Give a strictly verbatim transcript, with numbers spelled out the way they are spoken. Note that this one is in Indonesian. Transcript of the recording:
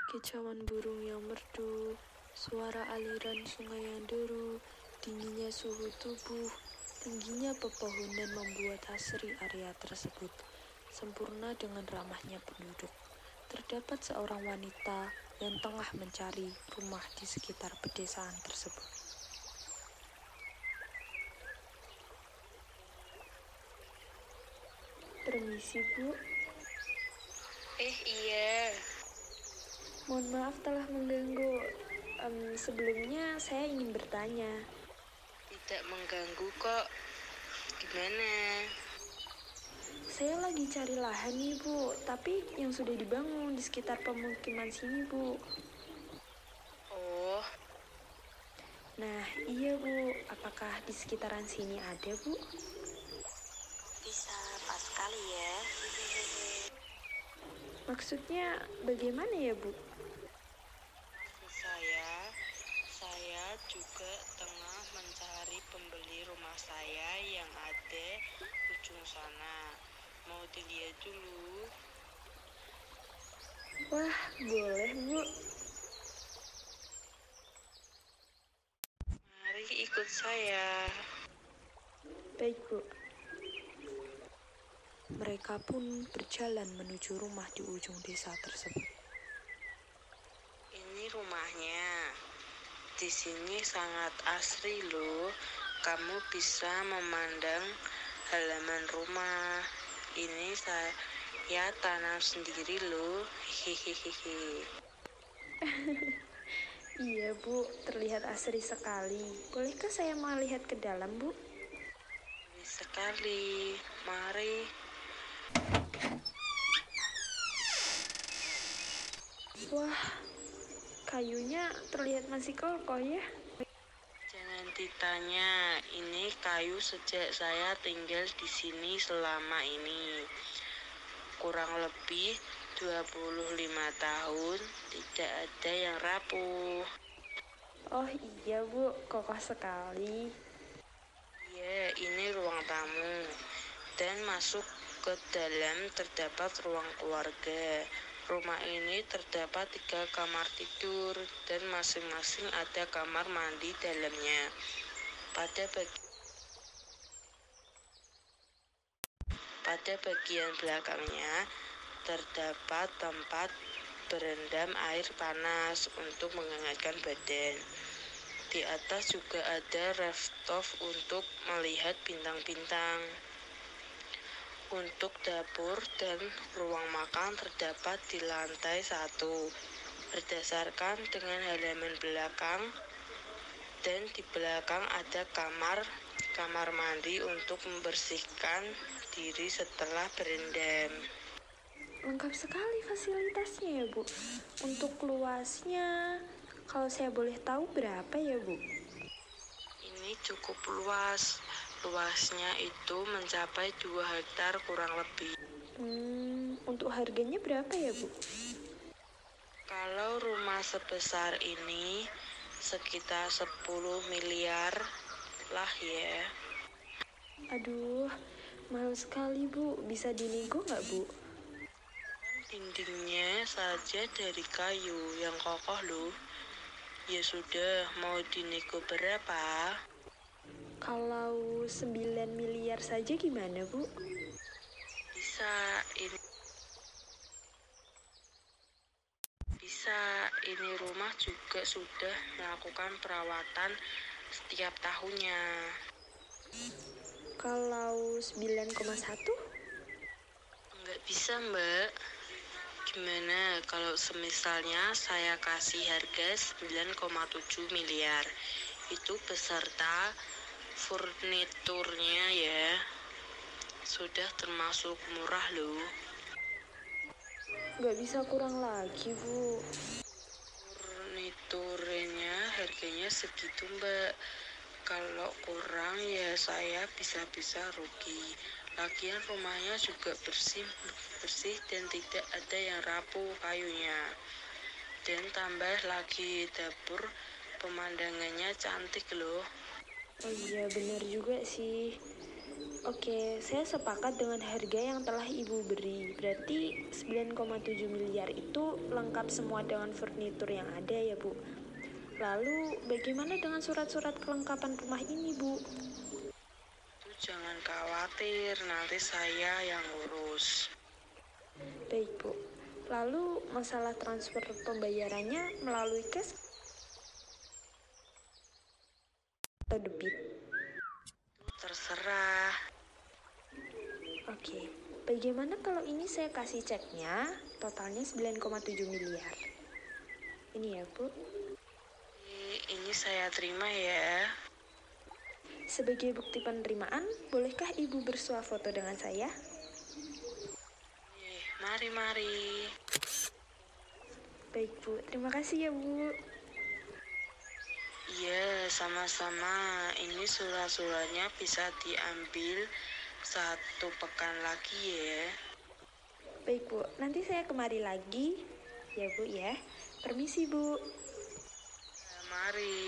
Kicauan burung yang merdu, suara aliran sungai yang deru, dinginnya suhu tubuh, tingginya pepohonan membuat asri area tersebut sempurna dengan ramahnya penduduk. Terdapat seorang wanita yang tengah mencari rumah di sekitar pedesaan tersebut. Permisi, Bu. Eh iya, Mohon maaf telah mengganggu. Em, sebelumnya saya ingin bertanya. tidak mengganggu kok. Gimana? Saya lagi cari lahan nih, Bu, tapi yang sudah dibangun di sekitar pemukiman sini, Bu. Oh, Nah, iya, Bu. Apakah di sekitaran sini ada, Bu? bisa pas sekali ya. Maksudnya bagaimana ya, Bu? Maksud saya, saya juga tengah mencari pembeli rumah saya yang ada ujung sana. Mau dilihat dulu? Wah, boleh, Bu. Mari ikut saya. Baik, Bu. Mereka pun berjalan menuju rumah di ujung desa tersebut. Ini rumahnya. Di sini sangat asri loh. Kamu bisa memandang halaman rumah. Ini saya tanam sendiri loh. Hihihihi. Iya, Bu. Terlihat asri sekali. Bolehkah saya melihat ke dalam, Bu? Bagus sekali. Mari. Wah, kayunya terlihat masih kokoh ya. Jangan ditanya, ini kayu sejak saya tinggal di sini selama ini. Kurang lebih dua puluh lima tahun, tidak ada yang rapuh. Oh iya, Bu. Kokoh sekali. Ya, ini ruang tamu. Dan masuk ke dalam terdapat ruang keluarga. Rumah ini terdapat tiga kamar tidur dan masing-masing ada kamar mandi dalamnya. Pada bagi Pada bagian belakangnya terdapat tempat berendam air panas untuk menghangatkan badan. Di atas juga ada rooftop untuk melihat bintang-bintang. Untuk dapur dan ruang makan terdapat di lantai satu. Berdasarkan dengan halaman belakang dan di belakang ada kamar kamar mandi untuk membersihkan diri setelah berendam. Lengkap sekali fasilitasnya ya, Bu. Untuk luasnya, kalau saya boleh tahu berapa ya, Bu? Ini cukup luas. Luasnya itu mencapai dua hektar kurang lebih. Hmm, untuk harganya berapa ya, Bu? Kalau rumah sebesar ini sekitar sepuluh miliar lah ya. Aduh, mahal sekali, Bu. Bisa dinego nggak, Bu? Dindingnya saja dari kayu yang kokoh loh. Ya sudah, mau dinego berapa? Kalau sembilan miliar saja gimana, Bu? Bisa, ini bisa. Ini rumah juga sudah melakukan perawatan setiap tahunnya. Kalau sembilan koma satu? Nggak bisa, Mbak. Gimana kalau semisalnya saya kasih harga sembilan koma tujuh miliar? Itu beserta furniturnya ya. Sudah termasuk murah loh. Nggak bisa kurang lagi, Bu. Furniturnya harganya segitu, Mbak. Kalau kurang ya saya bisa-bisa rugi. Lagian rumahnya juga bersih bersih dan tidak ada yang rapuh kayunya. Dan tambah lagi dapur pemandangannya cantik loh. Oh iya, benar juga sih. Oke, saya sepakat dengan harga yang telah Ibu beri. Berarti sembilan koma tujuh miliar itu lengkap semua dengan furnitur yang ada ya, Bu. Lalu, bagaimana dengan surat-surat kelengkapan rumah ini, Bu? Itu jangan khawatir, nanti saya yang urus. Baik, Bu. Lalu, masalah transfer pembayarannya melalui cash atau debit? Terserah. Oke, bagaimana kalau ini saya kasih ceknya, totalnya sembilan koma tujuh miliar? Ini ya, Bu. Ini saya terima ya. Sebagai bukti penerimaan, bolehkah Ibu bersuah foto dengan saya? Eh, mari, mari. Baik, Bu. Terima kasih ya, Bu. Iya, sama-sama. Ini surat-suratnya bisa diambil satu pekan lagi ya. Baik, Bu. Nanti saya kemari lagi. Ya, Bu, ya. Permisi, Bu. Ya, mari.